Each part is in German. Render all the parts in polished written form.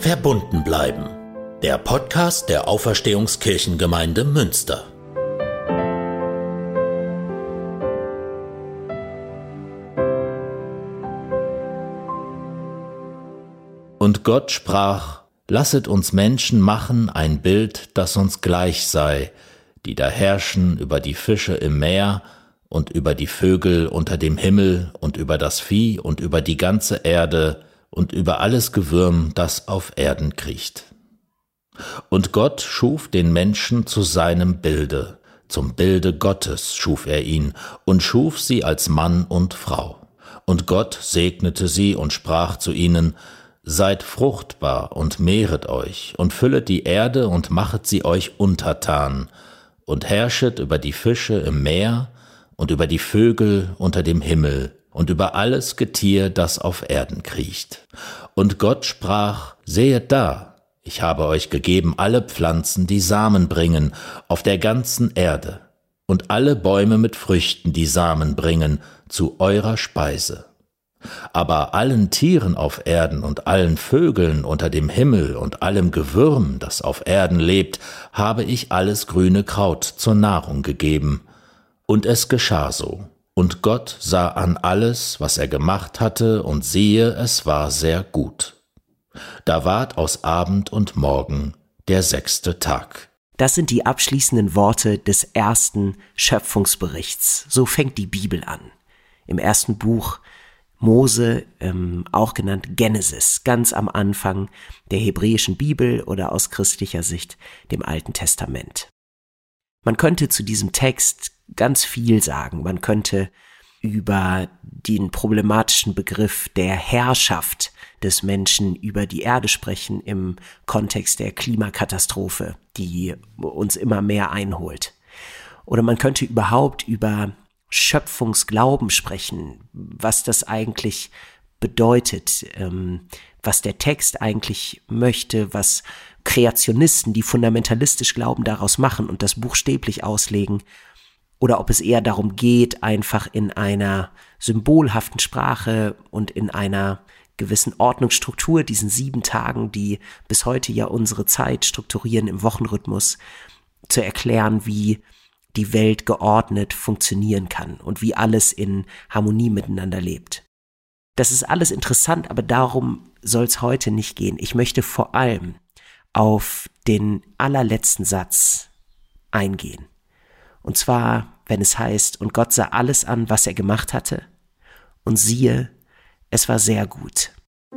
Verbunden bleiben. Der Podcast der Auferstehungskirchengemeinde Münster. Und Gott sprach: Lasset uns Menschen machen ein Bild, das uns gleich sei, die da herrschen über die Fische im Meer und über die Vögel unter dem Himmel und über das Vieh und über die ganze Erde und über alles Gewürm, das auf Erden kriecht. Und Gott schuf den Menschen zu seinem Bilde, zum Bilde Gottes schuf er ihn und schuf sie als Mann und Frau. Und Gott segnete sie und sprach zu ihnen: Seid fruchtbar und mehret euch und füllet die Erde und machet sie euch untertan und herrschet über die Fische im Meer und über die Vögel unter dem Himmel und über alles Getier, das auf Erden kriecht. Und Gott sprach: Sehet da, ich habe euch gegeben alle Pflanzen, die Samen bringen, auf der ganzen Erde, und alle Bäume mit Früchten, die Samen bringen, zu eurer Speise. Aber allen Tieren auf Erden und allen Vögeln unter dem Himmel und allem Gewürm, das auf Erden lebt, habe ich alles grüne Kraut zur Nahrung gegeben. Und es geschah so. Und Gott sah an alles, was er gemacht hatte, und siehe, es war sehr gut. Da ward aus Abend und Morgen der 6. Tag. Das sind die abschließenden Worte des ersten Schöpfungsberichts. So fängt die Bibel an. Im ersten Buch Mose, auch genannt Genesis, ganz am Anfang der hebräischen Bibel oder aus christlicher Sicht dem Alten Testament. Man könnte zu diesem Text ganz viel sagen. Man könnte über den problematischen Begriff der Herrschaft des Menschen über die Erde sprechen im Kontext der Klimakatastrophe, die uns immer mehr einholt. Oder man könnte überhaupt über Schöpfungsglauben sprechen, was das eigentlich bedeutet, was der Text eigentlich möchte, was Kreationisten, die fundamentalistisch glauben, daraus machen und das buchstäblich auslegen, oder ob es eher darum geht, einfach in einer symbolhaften Sprache und in einer gewissen Ordnungsstruktur, diesen 7 Tagen, die bis heute ja unsere Zeit strukturieren im Wochenrhythmus, zu erklären, wie die Welt geordnet funktionieren kann und wie alles in Harmonie miteinander lebt. Das ist alles interessant, aber darum soll es heute nicht gehen. Ich möchte vor allem auf den allerletzten Satz eingehen. Und zwar, wenn es heißt: Und Gott sah alles an, was er gemacht hatte, und siehe, es war sehr gut.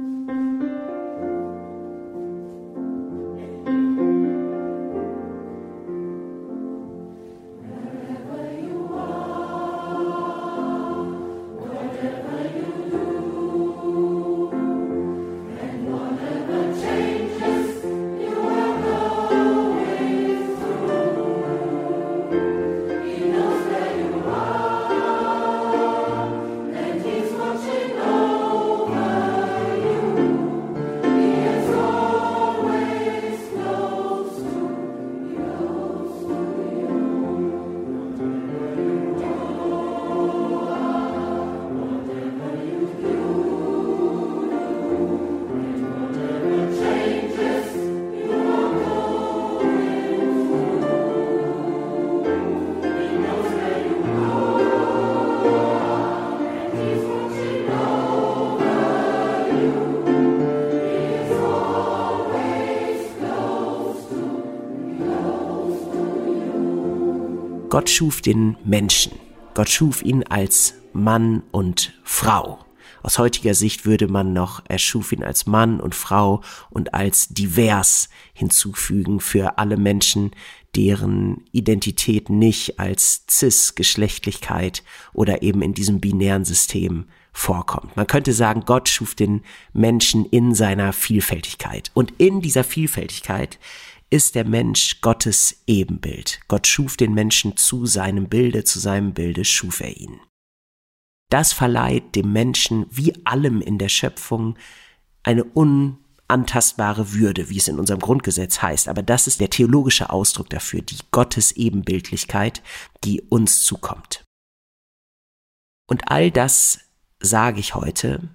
Gott schuf den Menschen. Gott schuf ihn als Mann und Frau. Aus heutiger Sicht würde man noch, er schuf ihn als Mann und Frau und als divers hinzufügen für alle Menschen, deren Identität nicht als Cis-Geschlechtlichkeit oder eben in diesem binären System vorkommt. Man könnte sagen, Gott schuf den Menschen in seiner Vielfältigkeit. Und in dieser Vielfältigkeit ist der Mensch Gottes Ebenbild. Gott schuf den Menschen zu seinem Bilde schuf er ihn. Das verleiht dem Menschen wie allem in der Schöpfung eine unantastbare Würde, wie es in unserem Grundgesetz heißt. Aber das ist der theologische Ausdruck dafür, die Gottes Ebenbildlichkeit, die uns zukommt. Und all das sage ich heute,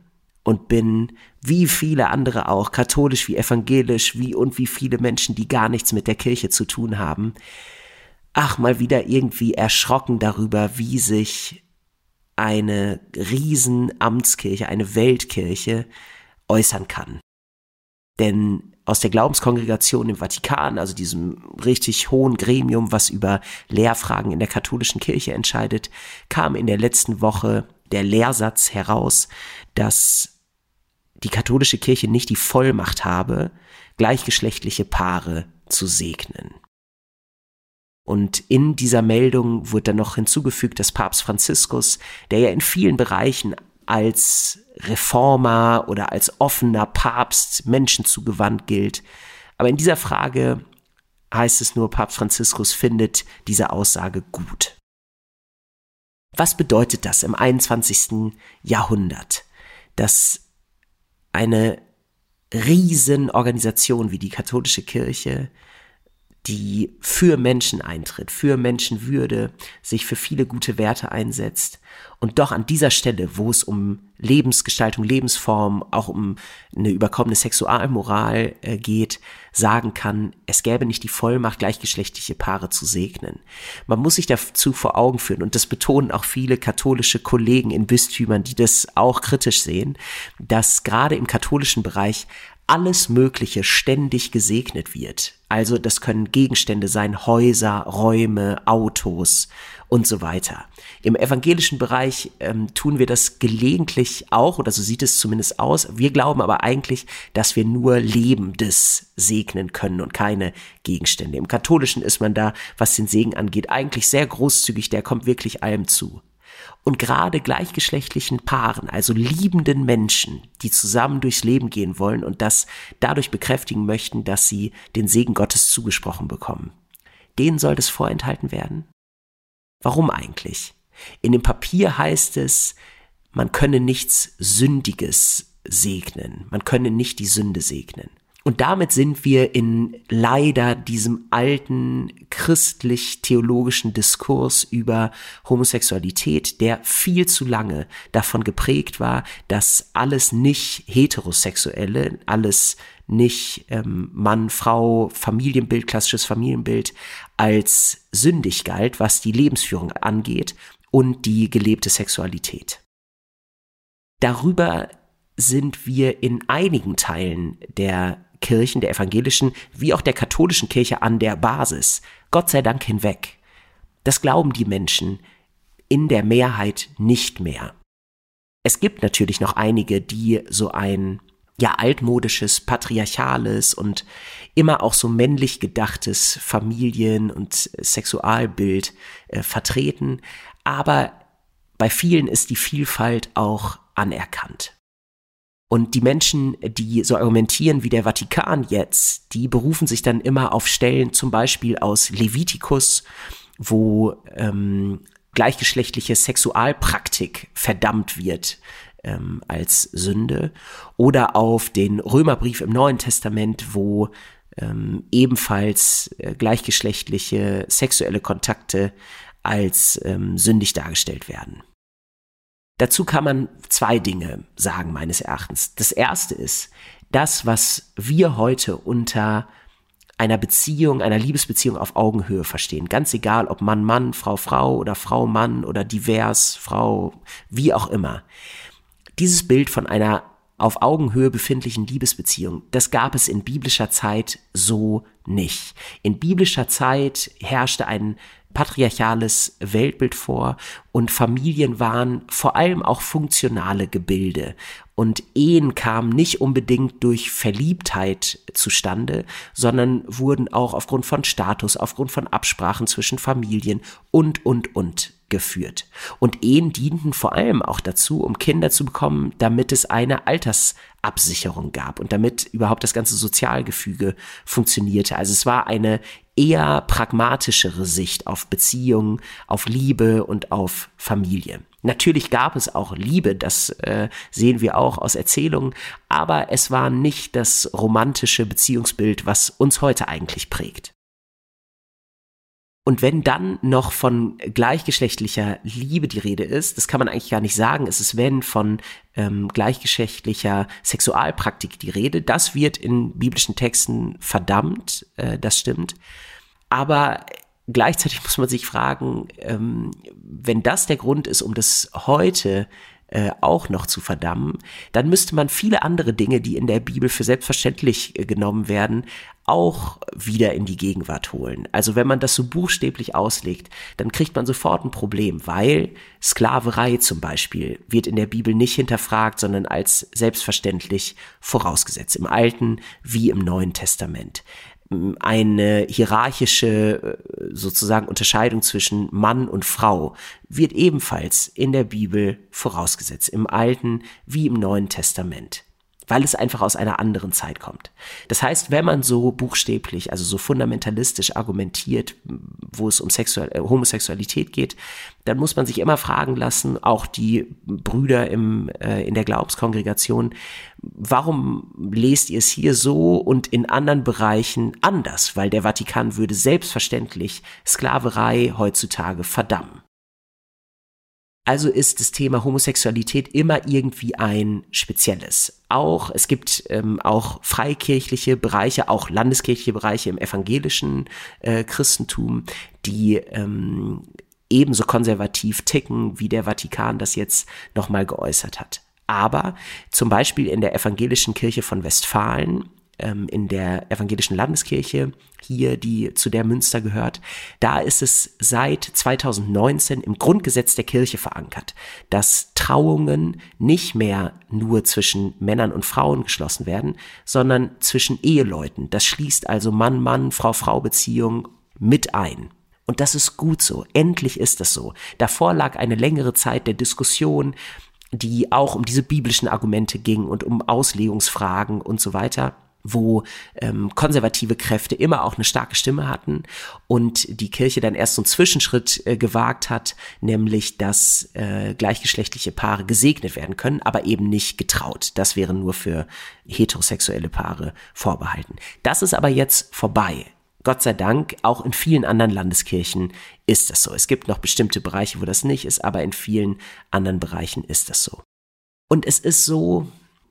und bin, wie viele andere auch, katholisch wie evangelisch, wie viele Menschen, die gar nichts mit der Kirche zu tun haben, mal wieder irgendwie erschrocken darüber, wie sich eine riesen Amtskirche, eine Weltkirche äußern kann. Denn aus der Glaubenskongregation im Vatikan, also diesem richtig hohen Gremium, was über Lehrfragen in der katholischen Kirche entscheidet, kam in der letzten Woche der Lehrsatz heraus, dass die katholische Kirche nicht die Vollmacht habe, gleichgeschlechtliche Paare zu segnen. Und in dieser Meldung wird dann noch hinzugefügt, dass Papst Franziskus, der ja in vielen Bereichen als Reformer oder als offener Papst Menschen zugewandt gilt, aber in dieser Frage heißt es nur, Papst Franziskus findet diese Aussage gut. Was bedeutet das im 21. Jahrhundert, dass eine Riesenorganisation wie die katholische Kirche, die für Menschen eintritt, für Menschenwürde, sich für viele gute Werte einsetzt und doch an dieser Stelle, wo es um Lebensgestaltung, Lebensform, auch um eine überkommene Sexualmoral geht, sagen kann, es gäbe nicht die Vollmacht, gleichgeschlechtliche Paare zu segnen. Man muss sich dazu vor Augen führen, und das betonen auch viele katholische Kollegen in Bistümern, die das auch kritisch sehen, dass gerade im katholischen Bereich alles Mögliche ständig gesegnet wird. Also das können Gegenstände sein, Häuser, Räume, Autos und so weiter. Im evangelischen Bereich tun wir das gelegentlich auch, oder so sieht es zumindest aus. Wir glauben aber eigentlich, dass wir nur Lebendes segnen können und keine Gegenstände. Im Katholischen ist man da, was den Segen angeht, eigentlich sehr großzügig, der kommt wirklich allem zu. Und gerade gleichgeschlechtlichen Paaren, also liebenden Menschen, die zusammen durchs Leben gehen wollen und das dadurch bekräftigen möchten, dass sie den Segen Gottes zugesprochen bekommen, denen soll das vorenthalten werden? Warum eigentlich? In dem Papier heißt es, man könne nichts Sündiges segnen, man könne nicht die Sünde segnen. Und damit sind wir in leider diesem alten christlich-theologischen Diskurs über Homosexualität, der viel zu lange davon geprägt war, dass alles nicht Heterosexuelle, alles nicht Mann, Frau, Familienbild, klassisches Familienbild als sündig galt, was die Lebensführung angeht und die gelebte Sexualität. Darüber sind wir in einigen Teilen der Kirchen, der evangelischen wie auch der katholischen Kirche an der Basis, Gott sei Dank, hinweg. Das glauben die Menschen in der Mehrheit nicht mehr. Es gibt natürlich noch einige, die so ein altmodisches, patriarchales und immer auch so männlich gedachtes Familien- und Sexualbild vertreten, aber bei vielen ist die Vielfalt auch anerkannt. Und die Menschen, die so argumentieren wie der Vatikan jetzt, die berufen sich dann immer auf Stellen, zum Beispiel aus Levitikus, wo gleichgeschlechtliche Sexualpraktik verdammt wird als Sünde, oder auf den Römerbrief im Neuen Testament, wo ebenfalls gleichgeschlechtliche sexuelle Kontakte als sündig dargestellt werden. Dazu kann man zwei Dinge sagen, meines Erachtens. Das erste ist, das, was wir heute unter einer Beziehung, einer Liebesbeziehung auf Augenhöhe verstehen. Ganz egal, ob Mann, Mann, Frau, Frau oder Frau, Mann oder divers, Frau, wie auch immer. Dieses Bild von einer auf Augenhöhe befindlichen Liebesbeziehung, das gab es in biblischer Zeit so nicht. In biblischer Zeit herrschte ein patriarchales Weltbild vor und Familien waren vor allem auch funktionale Gebilde und Ehen kamen nicht unbedingt durch Verliebtheit zustande, sondern wurden auch aufgrund von Status, aufgrund von Absprachen zwischen Familien und geführt. Und Ehen dienten vor allem auch dazu, um Kinder zu bekommen, damit es eine Altersabsicherung gab und damit überhaupt das ganze Sozialgefüge funktionierte. Also es war eine eher pragmatischere Sicht auf Beziehungen, auf Liebe und auf Familie. Natürlich gab es auch Liebe, das sehen wir auch aus Erzählungen, aber es war nicht das romantische Beziehungsbild, was uns heute eigentlich prägt. Und wenn dann noch von gleichgeschlechtlicher Liebe die Rede ist, das kann man eigentlich gar nicht sagen, es ist wenn von gleichgeschlechtlicher Sexualpraktik die Rede, das wird in biblischen Texten verdammt, das stimmt. Aber gleichzeitig muss man sich fragen, wenn das der Grund ist, um das heute auch noch zu verdammen, dann müsste man viele andere Dinge, die in der Bibel für selbstverständlich genommen werden, auch wieder in die Gegenwart holen. Also wenn man das so buchstäblich auslegt, dann kriegt man sofort ein Problem, weil Sklaverei zum Beispiel wird in der Bibel nicht hinterfragt, sondern als selbstverständlich vorausgesetzt, im Alten wie im Neuen Testament. Eine hierarchische sozusagen Unterscheidung zwischen Mann und Frau wird ebenfalls in der Bibel vorausgesetzt, im Alten wie im Neuen Testament, weil es einfach aus einer anderen Zeit kommt. Das heißt, wenn man so buchstäblich, also so fundamentalistisch argumentiert, wo es um Homosexualität geht, dann muss man sich immer fragen lassen, auch die Brüder in der Glaubenskongregation, warum lest ihr es hier so und in anderen Bereichen anders? Weil der Vatikan würde selbstverständlich Sklaverei heutzutage verdammen. Also ist das Thema Homosexualität immer irgendwie ein spezielles. Es gibt auch freikirchliche Bereiche, auch landeskirchliche Bereiche im evangelischen Christentum, die ebenso konservativ ticken, wie der Vatikan das jetzt nochmal geäußert hat. Aber zum Beispiel in der evangelischen Kirche von Westfalen, in der evangelischen Landeskirche hier, zu der Münster gehört, da ist es seit 2019 im Grundgesetz der Kirche verankert, dass Trauungen nicht mehr nur zwischen Männern und Frauen geschlossen werden, sondern zwischen Eheleuten. Das schließt also Mann-Mann, Frau-Frau-Beziehung mit ein. Und das ist gut so. Endlich ist das so. Davor lag eine längere Zeit der Diskussion, die auch um diese biblischen Argumente ging und um Auslegungsfragen und so weiter, wo konservative Kräfte immer auch eine starke Stimme hatten und die Kirche dann erst so einen Zwischenschritt gewagt hat, nämlich dass gleichgeschlechtliche Paare gesegnet werden können, aber eben nicht getraut. Das wäre nur für heterosexuelle Paare vorbehalten. Das ist aber jetzt vorbei. Gott sei Dank, auch in vielen anderen Landeskirchen ist das so. Es gibt noch bestimmte Bereiche, wo das nicht ist, aber in vielen anderen Bereichen ist das so. Und es ist so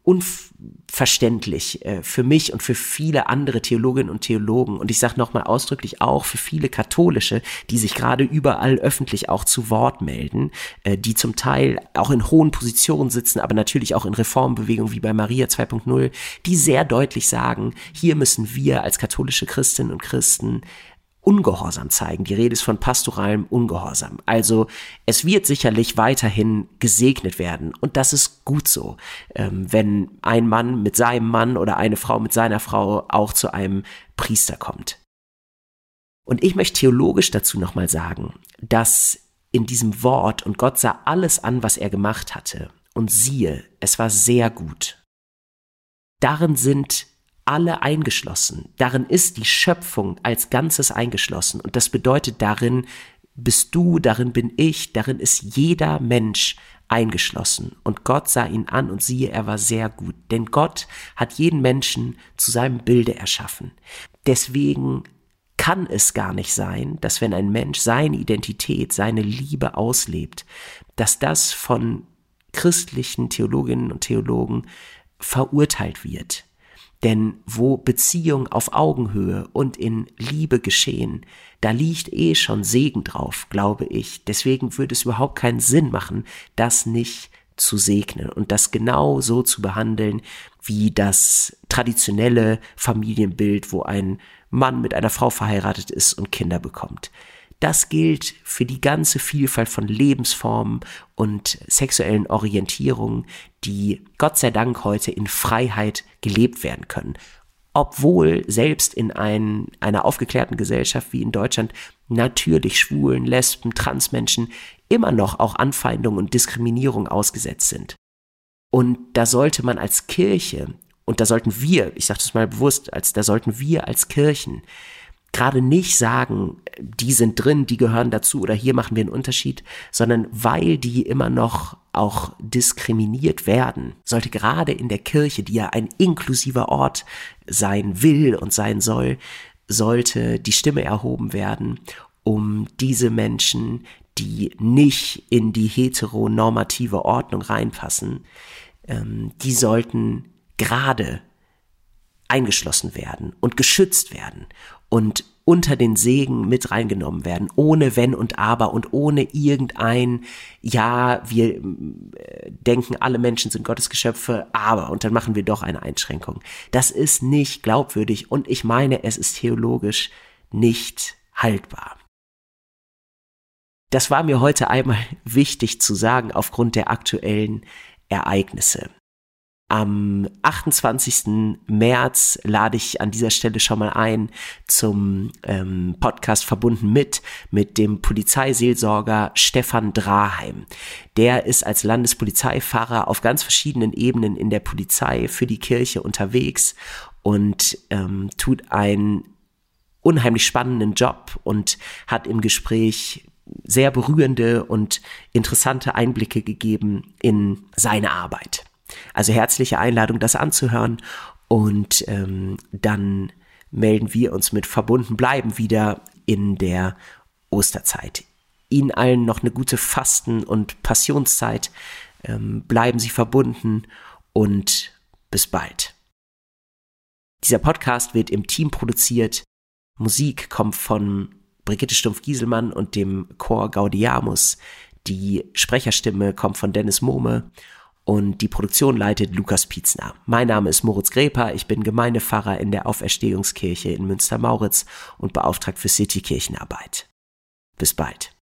unverständlich für mich und für viele andere Theologinnen und Theologen und ich sage nochmal ausdrücklich auch für viele Katholische, die sich gerade überall öffentlich auch zu Wort melden, die zum Teil auch in hohen Positionen sitzen, aber natürlich auch in Reformbewegungen wie bei Maria 2.0, die sehr deutlich sagen, hier müssen wir als katholische Christinnen und Christen Ungehorsam zeigen. Die Rede ist von pastoralem Ungehorsam. Also es wird sicherlich weiterhin gesegnet werden und das ist gut so, wenn ein Mann mit seinem Mann oder eine Frau mit seiner Frau auch zu einem Priester kommt. Und ich möchte theologisch dazu nochmal sagen, dass in diesem Wort und Gott sah alles an, was er gemacht hatte und siehe, es war sehr gut. Darin sind alle eingeschlossen. Darin ist die Schöpfung als Ganzes eingeschlossen. Und das bedeutet, darin bist du, darin bin ich, darin ist jeder Mensch eingeschlossen. Und Gott sah ihn an und siehe, er war sehr gut. Denn Gott hat jeden Menschen zu seinem Bilde erschaffen. Deswegen kann es gar nicht sein, dass wenn ein Mensch seine Identität, seine Liebe auslebt, dass das von christlichen Theologinnen und Theologen verurteilt wird. Denn wo Beziehungen auf Augenhöhe und in Liebe geschehen, da liegt schon Segen drauf, glaube ich. Deswegen würde es überhaupt keinen Sinn machen, das nicht zu segnen und das genau so zu behandeln, wie das traditionelle Familienbild, wo ein Mann mit einer Frau verheiratet ist und Kinder bekommt. Das gilt für die ganze Vielfalt von Lebensformen und sexuellen Orientierungen, die Gott sei Dank heute in Freiheit gelebt werden können. Obwohl selbst in einer aufgeklärten Gesellschaft wie in Deutschland natürlich Schwulen, Lesben, Transmenschen immer noch auch Anfeindung und Diskriminierung ausgesetzt sind. Und da sollte man als Kirche, und da sollten wir, ich sage das mal bewusst, da sollten wir als Kirchen gerade nicht sagen, die sind drin, die gehören dazu oder hier machen wir einen Unterschied, sondern weil die immer noch auch diskriminiert werden, sollte gerade in der Kirche, die ja ein inklusiver Ort sein will und sein soll, sollte die Stimme erhoben werden, um diese Menschen, die nicht in die heteronormative Ordnung reinpassen, die sollten gerade eingeschlossen werden und geschützt werden und unter den Segen mit reingenommen werden, ohne Wenn und Aber und ohne irgendein, ja, wir denken, alle Menschen sind Gottes Geschöpfe, aber, und dann machen wir doch eine Einschränkung. Das ist nicht glaubwürdig und ich meine, es ist theologisch nicht haltbar. Das war mir heute einmal wichtig zu sagen aufgrund der aktuellen Ereignisse. Am 28. März lade ich an dieser Stelle schon mal ein zum Podcast Verbunden mit dem Polizeiseelsorger Stefan Draheim. Der ist als Landespolizeifahrer auf ganz verschiedenen Ebenen in der Polizei für die Kirche unterwegs und tut einen unheimlich spannenden Job und hat im Gespräch sehr berührende und interessante Einblicke gegeben in seine Arbeit. Also herzliche Einladung, das anzuhören und dann melden wir uns mit Verbunden bleiben wieder in der Osterzeit. Ihnen allen noch eine gute Fasten- und Passionszeit. Bleiben Sie verbunden und bis bald. Dieser Podcast wird im Team produziert. Musik kommt von Brigitte Stumpf-Gieselmann und dem Chor Gaudiamus. Die Sprecherstimme kommt von Dennis Mohme. Und die Produktion leitet Lukas Pietzner. Mein Name ist Moritz Greper, ich bin Gemeindepfarrer in der Auferstehungskirche in Münster-Mauritz und beauftragt für City-Kirchenarbeit. Bis bald.